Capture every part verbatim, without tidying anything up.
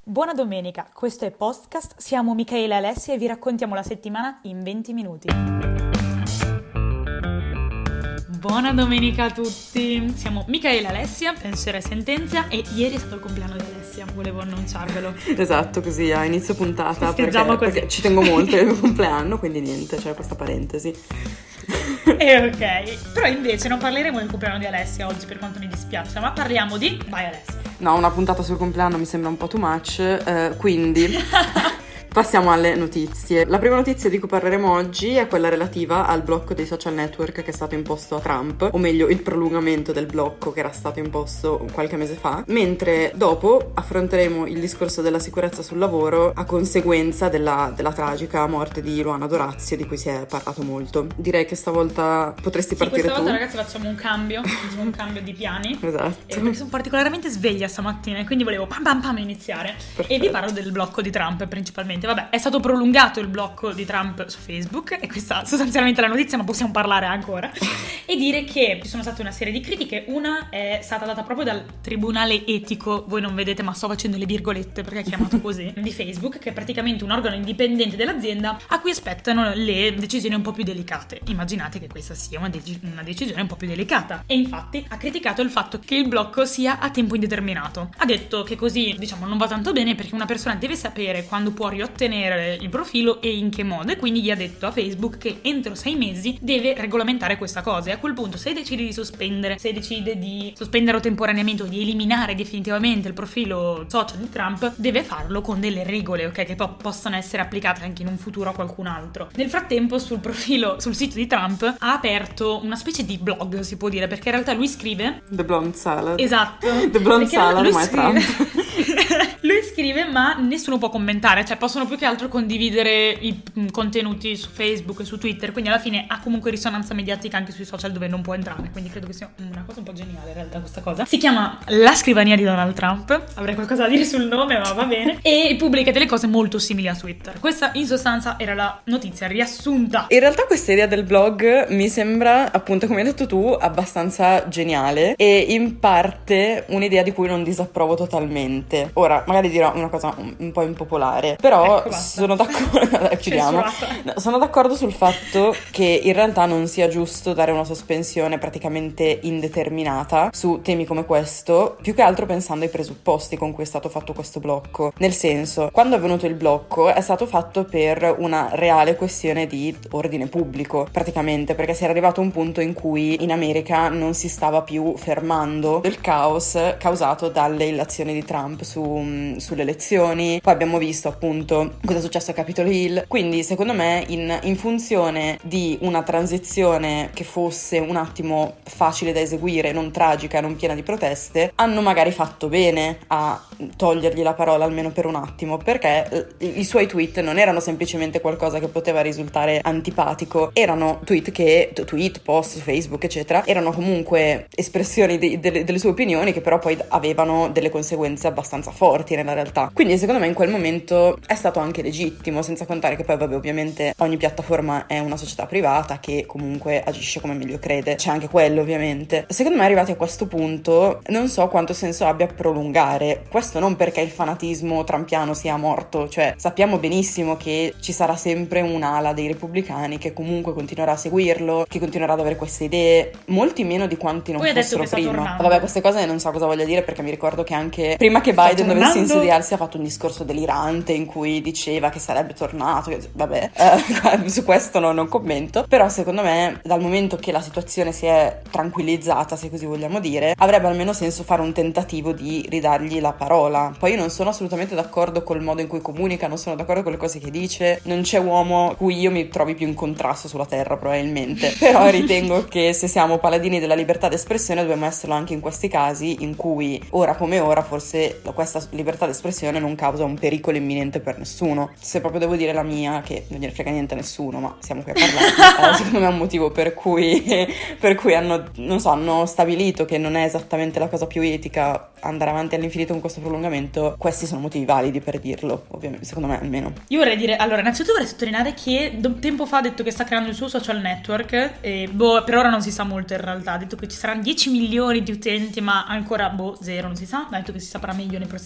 Buona domenica, questo è Podcast, siamo Michaela e Alessia e vi raccontiamo la settimana in venti minuti. Buona domenica a tutti, siamo Michaela e Alessia, pensiero e sentenza, e ieri è stato il compleanno di Alessia, volevo annunciarvelo. Esatto, così a inizio puntata, perché, così. perché ci tengo molto al mio compleanno, quindi niente, c'è questa parentesi. E ok, però invece non parleremo del compleanno di Alessia oggi, per quanto mi dispiace, ma parliamo di... Vai Alessia. No, una puntata sul compleanno mi sembra un po' too much, eh, quindi passiamo alle notizie. La prima notizia di cui parleremo oggi è quella relativa al blocco dei social network che è stato imposto a Trump, o meglio il prolungamento del blocco che era stato imposto qualche mese fa, mentre dopo affronteremo il discorso della sicurezza sul lavoro a conseguenza della, della tragica morte di Luana D'Orazio, di cui si è parlato molto. Direi che stavolta potresti sì, partire tu. Questa volta ragazzi facciamo un cambio, facciamo un cambio di piani. Esatto. Eh, perché sono particolarmente sveglia stamattina e quindi volevo pam pam pam iniziare. Perfetto. E vi parlo del blocco di Trump principalmente. Vabbè, è stato prolungato il blocco di Trump su Facebook e questa sostanzialmente è la notizia, ma possiamo parlare ancora e dire che ci sono state una serie di critiche. Una è stata data proprio dal tribunale etico, voi non vedete ma sto facendo le virgolette perché è chiamato così, di Facebook, che è praticamente un organo indipendente dell'azienda a cui aspettano le decisioni un po' più delicate. Immaginate che questa sia una, de- una decisione un po' più delicata, e infatti ha criticato il fatto che il blocco sia a tempo indeterminato. Ha detto che così, diciamo, non va tanto bene perché una persona deve sapere quando può riottenere il profilo e in che modo, e quindi gli ha detto a Facebook che entro sei mesi deve regolamentare questa cosa. E a quel punto, se decide di sospendere, se decide di sospendere temporaneamente o di eliminare definitivamente il profilo social di Trump, deve farlo con delle regole, ok, che poi possono essere applicate anche in un futuro a qualcun altro. Nel frattempo, sul profilo, sul sito di Trump, ha aperto una specie di blog, si può dire, perché in realtà lui scrive The Blonde Salad. Esatto. The Blonde Salad, lui ma è scrive... Trump. Lui scrive ma nessuno può commentare, cioè possono più che altro condividere i contenuti su Facebook e su Twitter, quindi alla fine ha comunque risonanza mediatica anche sui social dove non può entrare, quindi credo che sia una cosa un po' geniale in realtà questa cosa. Si chiama La scrivania di Donald Trump, avrei qualcosa da dire sul nome ma va bene, e pubblica delle cose molto simili a Twitter. Questa in sostanza era la notizia riassunta. In realtà questa idea del blog mi sembra, appunto come hai detto tu, abbastanza geniale e in parte un'idea di cui non disapprovo totalmente. Ora magari dirò una cosa un, un po' impopolare, però ecco, sono d'accordo chiudiamo no, sono d'accordo sul fatto che in realtà non sia giusto dare una sospensione praticamente indeterminata su temi come questo, più che altro pensando ai presupposti con cui è stato fatto questo blocco. Nel senso, quando è venuto il blocco è stato fatto per una reale questione di ordine pubblico, praticamente, perché si era arrivato a un punto in cui in America non si stava più fermando il caos causato dalle illazioni di Trump su, sulle elezioni. Poi abbiamo visto appunto cosa è successo a Capitol Hill, quindi secondo me in, in funzione di una transizione che fosse un attimo facile da eseguire, non tragica, non piena di proteste, hanno magari fatto bene a togliergli la parola almeno per un attimo, perché i suoi tweet non erano semplicemente qualcosa che poteva risultare antipatico, erano tweet che, tweet, post su Facebook eccetera, erano comunque espressioni de, de, delle sue opinioni che però poi avevano delle conseguenze abbastanza forti nella realtà. Quindi secondo me in quel momento è stato anche legittimo, senza contare che poi vabbè ovviamente ogni piattaforma è una società privata che comunque agisce come meglio crede, c'è anche quello ovviamente. Secondo me arrivati a questo punto non so quanto senso abbia prolungare questo, non perché il fanatismo trumpiano sia morto, cioè sappiamo benissimo che ci sarà sempre un'ala dei repubblicani che comunque continuerà a seguirlo, che continuerà ad avere queste idee, molti meno di quanti non poi fossero prima. Vabbè, queste cose non so cosa voglia dire, perché mi ricordo che anche prima che Biden dovesse insediarsi ha fatto un discorso delirante in cui diceva che sarebbe tornato, che, vabbè, eh, su questo no, non commento, però secondo me dal momento che la situazione si è tranquillizzata, se così vogliamo dire, avrebbe almeno senso fare un tentativo di ridargli la parola. Poi io non sono assolutamente d'accordo col modo in cui comunica, non sono d'accordo con le cose che dice, non c'è uomo cui io mi trovi più in contrasto sulla terra probabilmente, però ritengo che se siamo paladini della libertà d'espressione dobbiamo esserlo anche in questi casi in cui ora come ora forse questa libertà d'espressione non causa un pericolo imminente per nessuno. Se proprio devo dire la mia, che non gliene frega niente a nessuno, ma siamo qui a parlare, eh, secondo me è un motivo per cui per cui hanno, non so, hanno stabilito che non è esattamente la cosa più etica andare avanti all'infinito con questo prolungamento. Questi sono motivi validi per dirlo, ovviamente, secondo me almeno. Io vorrei dire, allora, innanzitutto vorrei sottolineare che tempo fa ha detto che sta creando il suo social network e boh, per ora non si sa molto in realtà, ha detto che ci saranno dieci milioni di utenti ma ancora boh, zero, non si sa, ha detto che si saprà meglio nei prossimi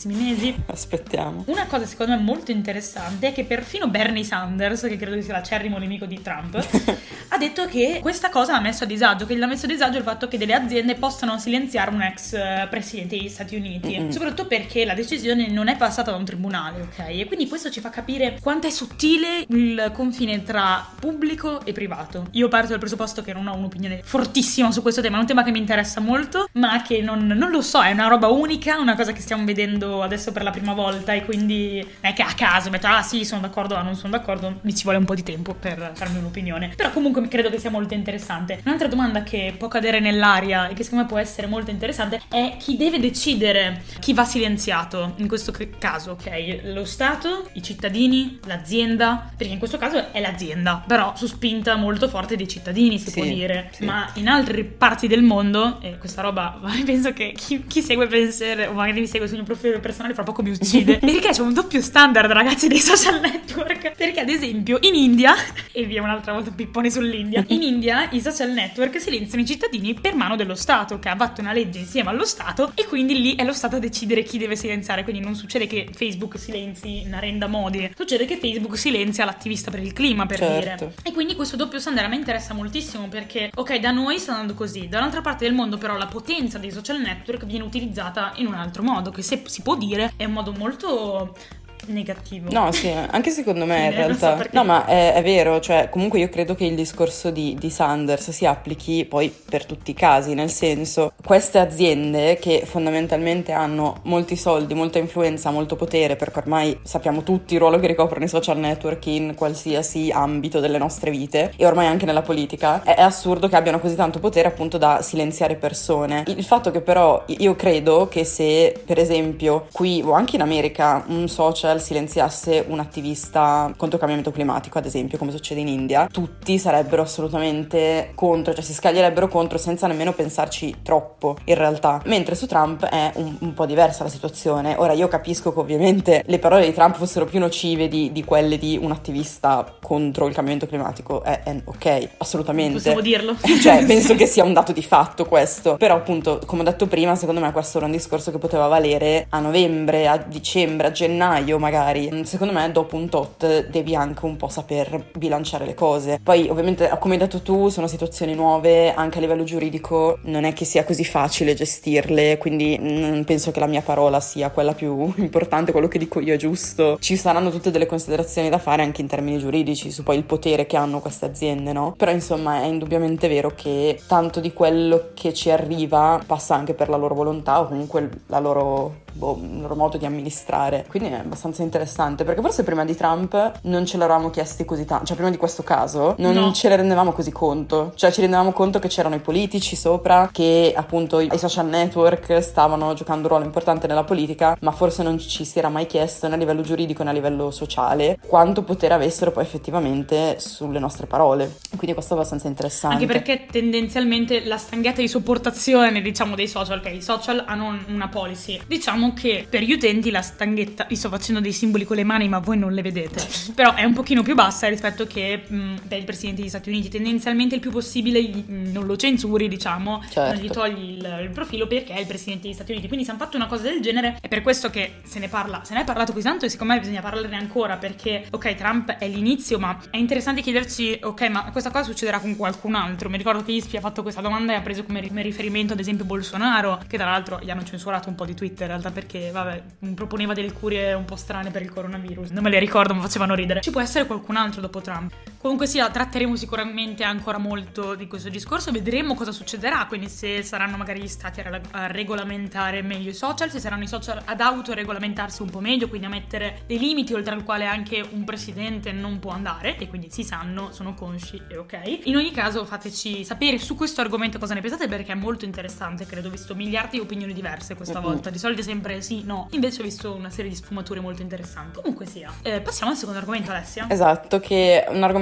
prossimi mesi. Aspettiamo. Una cosa secondo me molto interessante è che perfino Bernie Sanders, che credo sia l'acerrimo nemico di Trump, ha detto che questa cosa l'ha messo a disagio, che l'ha messo a disagio il fatto che delle aziende possano silenziare un ex presidente degli Stati Uniti, mm-hmm. soprattutto perché la decisione non è passata da un tribunale, ok? E quindi questo ci fa capire quanto è sottile il confine tra pubblico e privato. Io parto dal presupposto che non ho un'opinione fortissima su questo tema, è un tema che mi interessa molto, ma che non, non lo so, è una roba unica, una cosa che stiamo vedendo adesso per la prima volta, e quindi non è che a caso metto ah sì sono d'accordo, ah non sono d'accordo, mi ci vuole un po' di tempo per farmi un'opinione, però comunque credo che sia molto interessante. Un'altra domanda che può cadere nell'aria e che secondo me può essere molto interessante è chi deve decidere chi va silenziato in questo caso, ok? Lo Stato, i cittadini, l'azienda, perché in questo caso è l'azienda, però su spinta molto forte dei cittadini, si sì, può dire, sì. Ma in altre parti del mondo, e questa roba penso che chi, chi segue Penser o magari mi segue sul mio profilo personale fra poco mi uccide, perché c'è un doppio standard, ragazzi, dei social network, perché ad esempio in India, e via un'altra volta un pippone sull'India, in India i social network silenziano i cittadini per mano dello Stato, che ha fatto una legge insieme allo Stato, e quindi lì è lo Stato a decidere chi deve silenziare. Quindi non succede che Facebook silenzi Narendra Modi, succede che Facebook silenzia l'attivista per il clima, per certo. dire. E quindi questo doppio standard a me interessa moltissimo, perché ok, da noi sta andando così, dall'altra parte del mondo però la potenza dei social network viene utilizzata in un altro modo, che se si può dire è un modo molto negativo. No, sì, anche secondo me in realtà. So no, ma è, è vero, cioè comunque io credo che il discorso di, di Sanders si applichi poi per tutti i casi, nel senso, queste aziende che fondamentalmente hanno molti soldi, molta influenza, molto potere, perché ormai sappiamo tutti il ruolo che ricoprono i social network in qualsiasi ambito delle nostre vite e ormai anche nella politica, è, è assurdo che abbiano così tanto potere appunto da silenziare persone. Il fatto che però io credo che se per esempio qui o anche in America un social silenziasse un attivista contro il cambiamento climatico, ad esempio, come succede in India, tutti sarebbero assolutamente contro, cioè si scaglierebbero contro senza nemmeno pensarci troppo in realtà, mentre su Trump è un, un po' diversa la situazione. Ora io capisco che ovviamente le parole di Trump fossero più nocive di, di quelle di un attivista contro il cambiamento climatico, è, è ok, assolutamente possiamo dirlo, cioè penso che sia un dato di fatto questo, però appunto come ho detto prima, secondo me questo era un discorso che poteva valere a novembre, a dicembre, a gennaio magari. Secondo me dopo un tot devi anche un po' saper bilanciare le cose. Poi ovviamente, come hai detto tu, sono situazioni nuove, anche a livello giuridico non è che sia così facile gestirle, quindi non penso che la mia parola sia quella più importante, quello che dico io è giusto. Ci saranno tutte delle considerazioni da fare anche in termini giuridici su poi il potere che hanno queste aziende, no? Però insomma è indubbiamente vero che tanto di quello che ci arriva passa anche per la loro volontà o comunque la loro boh, il loro modo di amministrare, quindi è abbastanza interessante, perché forse prima di Trump non ce l'eravamo chiesti così tanto, cioè prima di questo caso non no. ce ne rendevamo così conto, cioè ci rendevamo conto che c'erano i politici sopra, che appunto i social network stavano giocando un ruolo importante nella politica, ma forse non ci si era mai chiesto né a livello giuridico né a livello sociale quanto potere avessero poi effettivamente sulle nostre parole, quindi questo è abbastanza interessante. Anche perché tendenzialmente la stanghetta di sopportazione, diciamo, dei social, ok, i social hanno una policy, diciamo che per gli utenti la stanghetta, vi sto facendo dei simboli con le mani ma voi non le vedete, però è un pochino più bassa rispetto che mh, per il presidente degli Stati Uniti. Tendenzialmente il più possibile gli, mh, non lo censuri, diciamo, certo. non gli togli il, il profilo perché è il presidente degli Stati Uniti, quindi se hanno fatto una cosa del genere è per questo che se ne parla, se ne è parlato così tanto, e secondo me bisogna parlarne ancora, perché ok, Trump è l'inizio, ma è interessante chiederci ok, ma questa cosa succederà con qualcun altro. Mi ricordo che Ispi ha fatto questa domanda e ha preso come, come riferimento ad esempio Bolsonaro, che tra l'altro gli hanno censurato un po' di Twitter in realtà perché vabbè proponeva delle curie un po' strane per il coronavirus, non me le ricordo ma facevano ridere. Ci può essere qualcun altro dopo Trump. Comunque sia, tratteremo sicuramente ancora molto di questo discorso, vedremo cosa succederà, quindi se saranno magari gli stati a, reg- a regolamentare meglio i social, se saranno i social ad autoregolamentarsi un po' meglio, quindi a mettere dei limiti oltre al quale anche un presidente non può andare, e quindi si sanno, sono consci e ok. In ogni caso fateci sapere su questo argomento cosa ne pensate, perché è molto interessante, credo, ho visto miliardi di opinioni diverse questa uh-huh. volta, di solito è sempre sì, no, invece ho visto una serie di sfumature molto interessanti. Comunque sia, eh, passiamo al secondo argomento, Alessia. Esatto, che è un argomento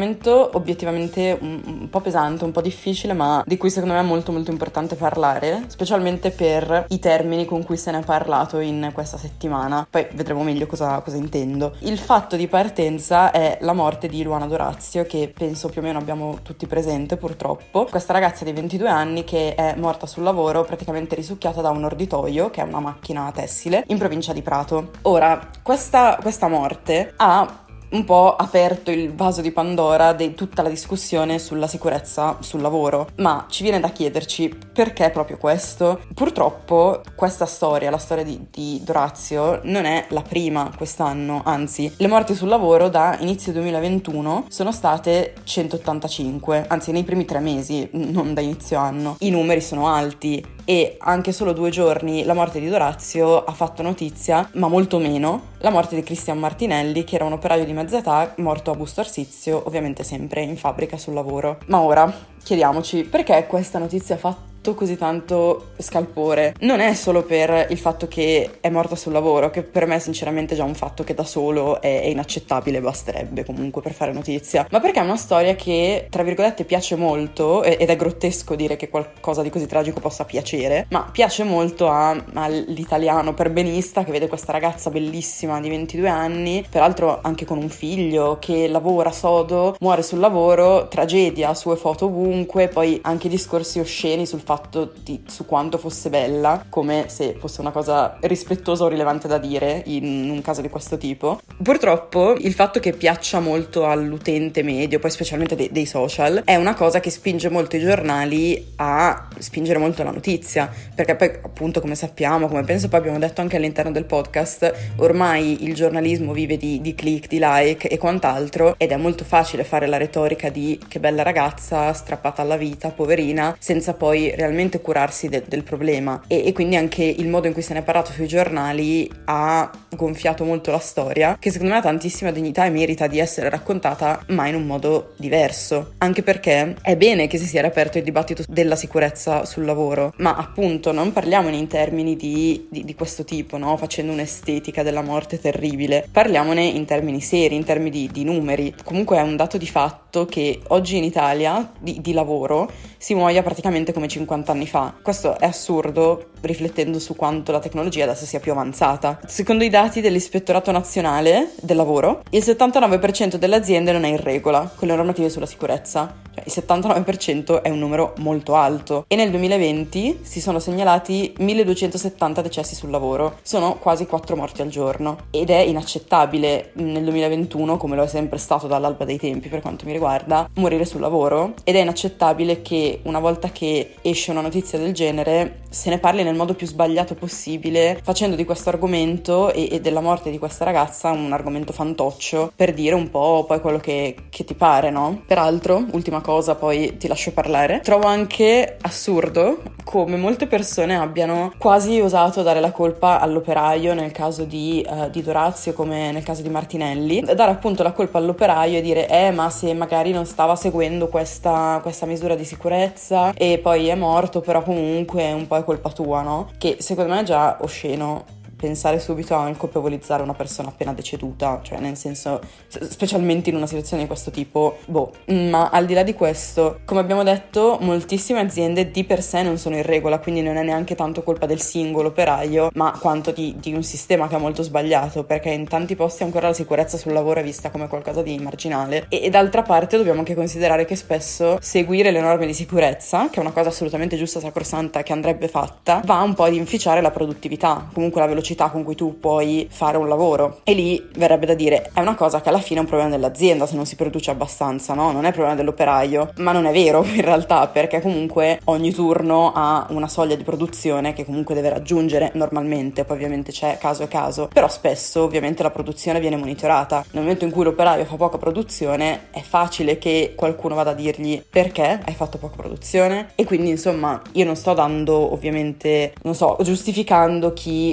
argomento obiettivamente un, un po' pesante, un po' difficile, ma di cui secondo me è molto molto importante parlare, specialmente per i termini con cui se ne è parlato in questa settimana. Poi vedremo meglio cosa, cosa intendo. Il fatto di partenza è la morte di Luana D'Orazio, che penso più o meno abbiamo tutti presente purtroppo. Questa ragazza di ventidue anni che è morta sul lavoro, praticamente risucchiata da un orditoio, che è una macchina tessile, in provincia di Prato. Ora, questa, questa morte ha un po' aperto il vaso di Pandora di tutta la discussione sulla sicurezza sul lavoro, ma ci viene da chiederci perché proprio questo. Purtroppo questa storia, la storia di, di D'Orazio, non è la prima quest'anno, anzi le morti sul lavoro da inizio duemilaventuno sono state centottantacinque, anzi nei primi tre mesi, non da inizio anno. I numeri sono alti e anche solo due giorni la morte di D'Orazio ha fatto notizia, ma molto meno la morte di Cristian Martinelli, che era un operaio di mezza età morto a Busto Arsizio, ovviamente sempre in fabbrica sul lavoro. Ma ora chiediamoci perché questa notizia ha fatto così tanto scalpore. Non è solo per il fatto che è morta sul lavoro, che per me sinceramente è già un fatto che da solo è, è inaccettabile, basterebbe comunque per fare notizia, ma perché è una storia che tra virgolette piace molto, ed è grottesco dire che qualcosa di così tragico possa piacere, ma piace molto a, all'italiano perbenista che vede questa ragazza bellissima di ventidue anni, peraltro anche con un figlio, che lavora sodo, muore sul lavoro, tragedia, sue foto ovunque, poi anche discorsi osceni sul fatto di su quanto fosse bella, come se fosse una cosa rispettosa o rilevante da dire in un caso di questo tipo. Purtroppo il fatto che piaccia molto all'utente medio, poi specialmente de- dei social, è una cosa che spinge molto i giornali a spingere molto la notizia, perché poi appunto, come sappiamo, come penso poi abbiamo detto anche all'interno del podcast, ormai il giornalismo vive di, di click, di like e quant'altro, ed è molto facile fare la retorica di che bella ragazza strappata alla vita, poverina, senza poi realmente curarsi de- del problema. E-, e quindi anche il modo in cui se ne è parlato sui giornali ha gonfiato molto la storia, che secondo me ha tantissima dignità e merita di essere raccontata, ma in un modo diverso, anche perché è bene che si sia riaperto il dibattito della sicurezza sul lavoro, ma appunto non parliamone in termini di, di, di questo tipo, no? Facendo un'estetica della morte terribile, parliamone in termini seri, in termini di, di numeri. Comunque è un dato di fatto che oggi in Italia di, di lavoro si muoia praticamente come cinquanta anni fa. Questo è assurdo, riflettendo su quanto la tecnologia adesso sia più avanzata. Secondo i dati dell'Ispettorato Nazionale del Lavoro, il settantanove per cento delle aziende non è in regola con le normative sulla sicurezza. Cioè, il settantanove per cento è un numero molto alto. E nel duemilaventi si sono segnalati milleduecentosettanta decessi sul lavoro. Sono quasi quattro morti al giorno. Ed è inaccettabile nel duemilaventuno, come lo è sempre stato dall'alba dei tempi per quanto mi riguarda, morire sul lavoro. Ed è inaccettabile che una volta che esce una notizia del genere se ne parli nel modo più sbagliato possibile, facendo di questo argomento e, e della morte di questa ragazza un argomento fantoccio, per dire un po' poi quello che, che ti pare, no? Peraltro, ultima cosa, poi ti lascio parlare, trovo anche assurdo come molte persone abbiano quasi osato dare la colpa all'operaio nel caso di, uh, di D'Orazio, come nel caso di Martinelli, dare appunto la colpa all'operaio e dire eh ma se magari non stava seguendo questa, questa misura di sicurezza e poi è morto, però comunque un po' è colpa tua, no? Che secondo me è già osceno pensare subito a colpevolizzare una persona appena deceduta, cioè nel senso, specialmente in una situazione di questo tipo, boh. Ma al di là di questo, come abbiamo detto, moltissime aziende di per sé non sono in regola, quindi non è neanche tanto colpa del singolo operaio, ma quanto di, di un sistema che è molto sbagliato, perché in tanti posti ancora la sicurezza sul lavoro è vista come qualcosa di marginale. E, e d'altra parte dobbiamo anche considerare che spesso seguire le norme di sicurezza, che è una cosa assolutamente giusta, sacrosanta, che andrebbe fatta, va un po' ad inficiare la produttività, comunque la velocità con cui tu puoi fare un lavoro, e lì verrebbe da dire è una cosa che alla fine è un problema dell'azienda se non si produce abbastanza, no? Non è problema dell'operaio, ma non è vero in realtà, perché comunque ogni turno ha una soglia di produzione che comunque deve raggiungere normalmente, poi ovviamente c'è caso e caso, però spesso ovviamente la produzione viene monitorata. Nel momento in cui l'operaio fa poca produzione è facile che qualcuno vada a dirgli perché hai fatto poca produzione, e quindi insomma io non sto dando ovviamente, non so, giustificando chi non segue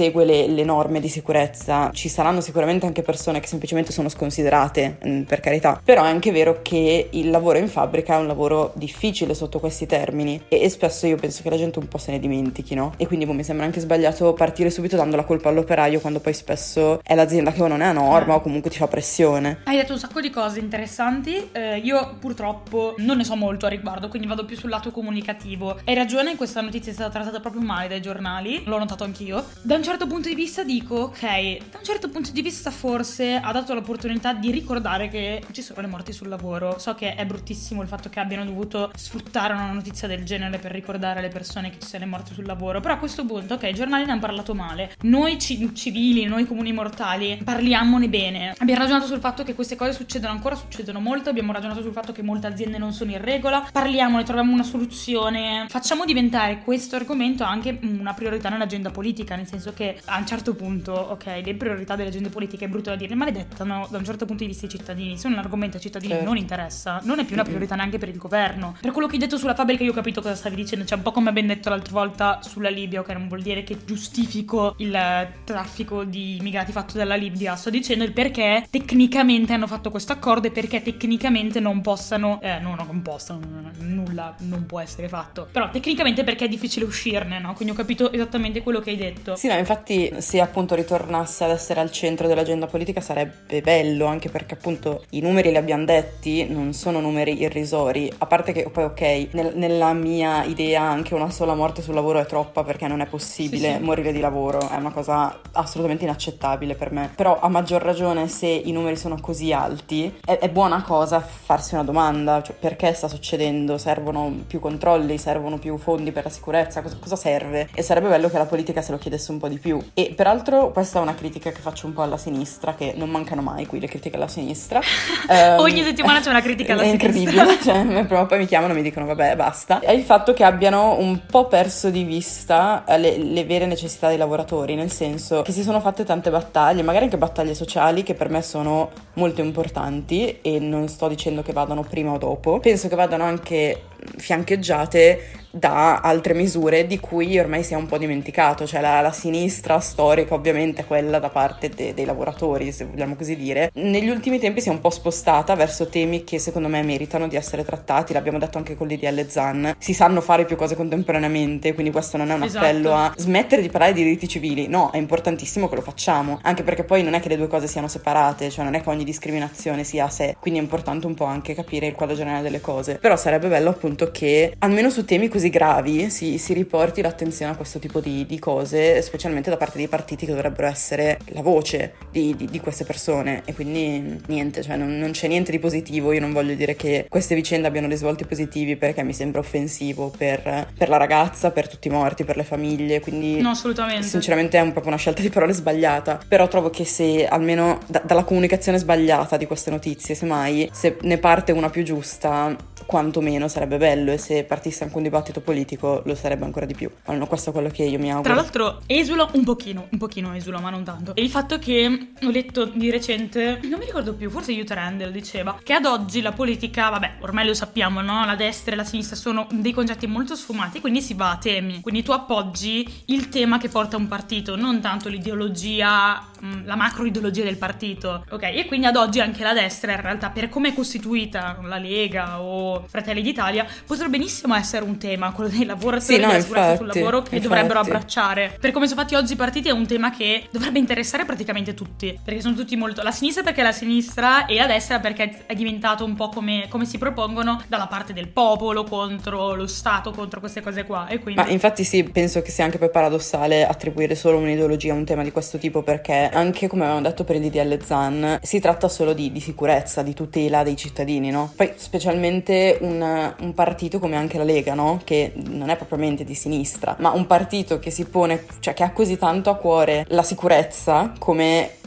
segue le, le norme di sicurezza. Ci saranno sicuramente anche persone che semplicemente sono sconsiderate, mh, per carità, però è anche vero che il lavoro in fabbrica è un lavoro difficile sotto questi termini e, e spesso io penso che la gente un po' se ne dimentichi, no? E quindi boh, mi sembra anche sbagliato partire subito dando la colpa all'operaio quando poi spesso è l'azienda che o non è a norma eh. o comunque ti fa pressione. Hai detto un sacco di cose interessanti, eh, io purtroppo non ne so molto a riguardo, quindi vado più sul lato comunicativo. Hai ragione, questa notizia è stata trattata proprio male dai giornali, l'ho notato anch'io. Da un certo punto di vista dico, ok, da un certo punto di vista forse ha dato l'opportunità di ricordare che ci sono le morti sul lavoro. So che è bruttissimo il fatto che abbiano dovuto sfruttare una notizia del genere per ricordare alle persone che ci sono le morti sul lavoro, però a questo punto, ok, i giornali ne hanno parlato male, noi ci- civili, noi comuni mortali, parliamone bene. Abbiamo ragionato sul fatto che queste cose succedono ancora, succedono molto, abbiamo ragionato sul fatto che molte aziende non sono in regola, parliamone, troviamo una soluzione, facciamo diventare questo argomento anche una priorità nell'agenda politica, nel senso che a un certo punto, ok, le priorità delle agende politiche è brutto da dire, ma le dettano da un certo punto di vista i cittadini. Se un argomento ai cittadini certo. non interessa, non è più una priorità neanche per il governo. Per quello che hai detto sulla fabbrica io ho capito cosa stavi dicendo, cioè un po' come abbiamo detto l'altra volta sulla Libia, ok, non vuol dire che giustifico il traffico di immigrati fatto dalla Libia, sto dicendo il perché tecnicamente hanno fatto questo accordo e perché tecnicamente non possano eh no, no, non possono, nulla non può essere fatto, però tecnicamente perché è difficile uscirne, no? Quindi ho capito esattamente quello che hai detto. Sì, no, infatti se appunto ritornasse ad essere al centro dell'agenda politica sarebbe bello, anche perché appunto i numeri li abbiamo detti, non sono numeri irrisori, a parte che poi ok, nel, nella mia idea anche una sola morte sul lavoro è troppa, perché non è possibile sì, sì. morire di lavoro, è una cosa assolutamente inaccettabile per me, però a maggior ragione se i numeri sono così alti è, è buona cosa farsi una domanda, cioè perché sta succedendo, servono più controlli, servono più fondi per la sicurezza, cosa, cosa serve? E sarebbe bello che la politica se lo chiedesse un po' di più. E peraltro questa è una critica che faccio un po' alla sinistra, che non mancano mai qui le critiche alla sinistra. um, ogni settimana c'è una critica alla è sinistra, è incredibile, cioè prima o poi mi chiamano e mi dicono vabbè basta, è il fatto che abbiano un po' perso di vista le, le vere necessità dei lavoratori, nel senso che si sono fatte tante battaglie, magari anche battaglie sociali che per me sono molto importanti e non sto dicendo che vadano prima o dopo, penso che vadano anche fiancheggiate da altre misure di cui ormai si è un po' dimenticato, cioè la, la sinistra storica ovviamente è quella da parte de, dei lavoratori, se vogliamo così dire, negli ultimi tempi si è un po' spostata verso temi che secondo me meritano di essere trattati, l'abbiamo detto anche con l'I D L Zan, si sanno fare più cose contemporaneamente, quindi questo non è un esatto. appello a smettere di parlare di diritti civili, no, è importantissimo che lo facciamo, anche perché poi non è che le due cose siano separate, cioè non è che ogni discriminazione sia a sé, quindi è importante un po' anche capire il quadro generale delle cose, però sarebbe bello appunto che almeno su temi così gravi si, si riporti l'attenzione a questo tipo di, di cose, specialmente da parte dei partiti che dovrebbero essere la voce di, di, di queste persone, e quindi niente, cioè non, non c'è niente di positivo. Io non voglio dire che queste vicende abbiano risvolti positivi, perché mi sembra offensivo per, per la ragazza, per tutti i morti, per le famiglie, quindi no, assolutamente, sinceramente è un, proprio una scelta di parole sbagliata, però trovo che se almeno da, dalla comunicazione sbagliata di queste notizie, semmai se ne parte una più giusta, quantomeno sarebbe bello, e se partisse anche un dibattito politico lo sarebbe ancora di più. Allora, questo è quello che io mi auguro. Tra l'altro esula un pochino, un pochino esula, ma non tanto. E il fatto che ho letto di recente, non mi ricordo più, forse Youth Randall diceva che ad oggi la politica, vabbè, ormai lo sappiamo, no? La destra e la sinistra sono dei concetti molto sfumati, quindi si va a temi. Quindi tu appoggi il tema che porta un partito, non tanto l'ideologia, la macro ideologia del partito, ok? E quindi ad oggi anche la destra, in realtà, per come è costituita la Lega o Fratelli d'Italia, potrebbe benissimo essere un tema, quello dei lavoratori, sì, no, della sicurezza sul infatti, lavoro, che infatti. dovrebbero abbracciare. Per come sono fatti oggi i partiti è un tema che dovrebbe interessare praticamente tutti, perché sono tutti molto la sinistra perché è la sinistra e la destra perché è diventato un po' come, come si propongono dalla parte del popolo contro lo Stato, contro queste cose qua, e quindi... Ma infatti sì, penso che sia anche poi paradossale attribuire solo un'ideologia a un tema di questo tipo, perché anche come avevamo detto per il D D L Zan si tratta solo di, di sicurezza, di tutela dei cittadini, no? Poi specialmente un, un partito come anche la Lega, no? Che non è propriamente di sinistra, ma un partito che si pone, cioè che ha così tanto a cuore la sicurezza come,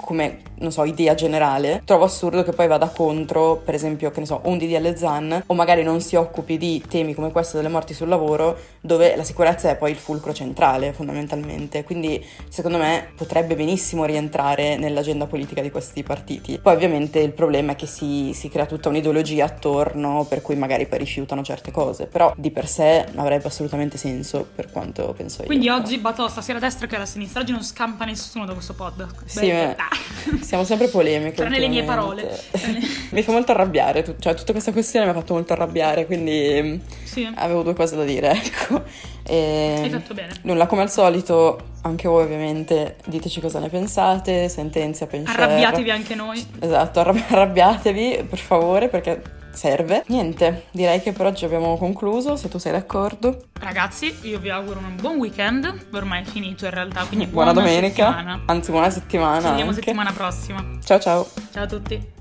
come, non so, idea generale, trovo assurdo che poi vada contro, per esempio, che ne so, un D D L Zan, o magari non si occupi di temi come questo delle morti sul lavoro, dove la sicurezza è poi il fulcro centrale, fondamentalmente. Quindi, secondo me, potrebbe benissimo rientrare nell'agenda politica di questi partiti. Poi, ovviamente, il problema è che si, si crea tutta un'ideologia attorno, per cui magari poi rifiutano certe cose, però di per sé avrebbe assolutamente senso, per quanto penso io. Quindi oggi batosta sia la destra che la sinistra, oggi non scampa nessuno da questo pod. Sì, Beh, siamo sempre polemiche. Tranne le mie parole. Mi fa molto arrabbiare, cioè tutta questa questione mi ha fatto molto arrabbiare, quindi sì. Avevo due cose da dire, ecco. E hai fatto bene. Nulla, come al solito, anche voi ovviamente diteci cosa ne pensate, Sentenzia, Penshare. Arrabbiatevi anche noi. Esatto, arrabbi- arrabbiatevi per favore, perché serve. Niente, direi che per oggi abbiamo concluso, se tu sei d'accordo. Ragazzi, io vi auguro un buon weekend, ormai è finito in realtà, quindi buona, buona domenica, settimana. anzi buona settimana. Ci vediamo anche. settimana prossima. Ciao ciao. Ciao a tutti.